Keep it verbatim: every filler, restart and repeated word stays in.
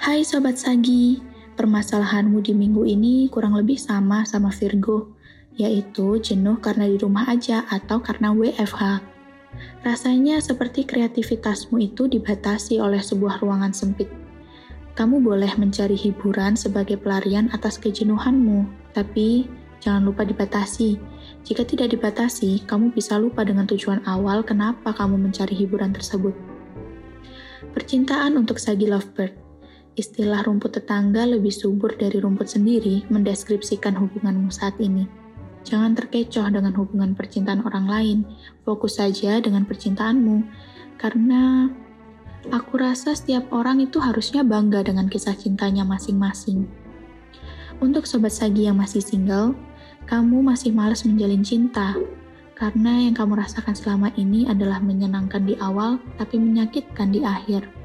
Hai Sobat Sagi, permasalahanmu di minggu ini kurang lebih sama sama Virgo, yaitu jenuh karena di rumah aja atau karena W F H. Rasanya seperti kreativitasmu itu dibatasi oleh sebuah ruangan sempit. Kamu boleh mencari hiburan sebagai pelarian atas kejenuhanmu, tapi jangan lupa dibatasi. Jika tidak dibatasi, kamu bisa lupa dengan tujuan awal kenapa kamu mencari hiburan tersebut. Percintaan untuk Sagi Lovebird. Istilah rumput tetangga lebih subur dari rumput sendiri mendeskripsikan hubunganmu saat ini. Jangan terkecoh dengan hubungan percintaan orang lain, fokus saja dengan percintaanmu, karena aku rasa setiap orang itu harusnya bangga dengan kisah cintanya masing-masing. Untuk Sobat Sagi yang masih single, kamu masih malas menjalin cinta, karena yang kamu rasakan selama ini adalah menyenangkan di awal, tapi menyakitkan di akhir.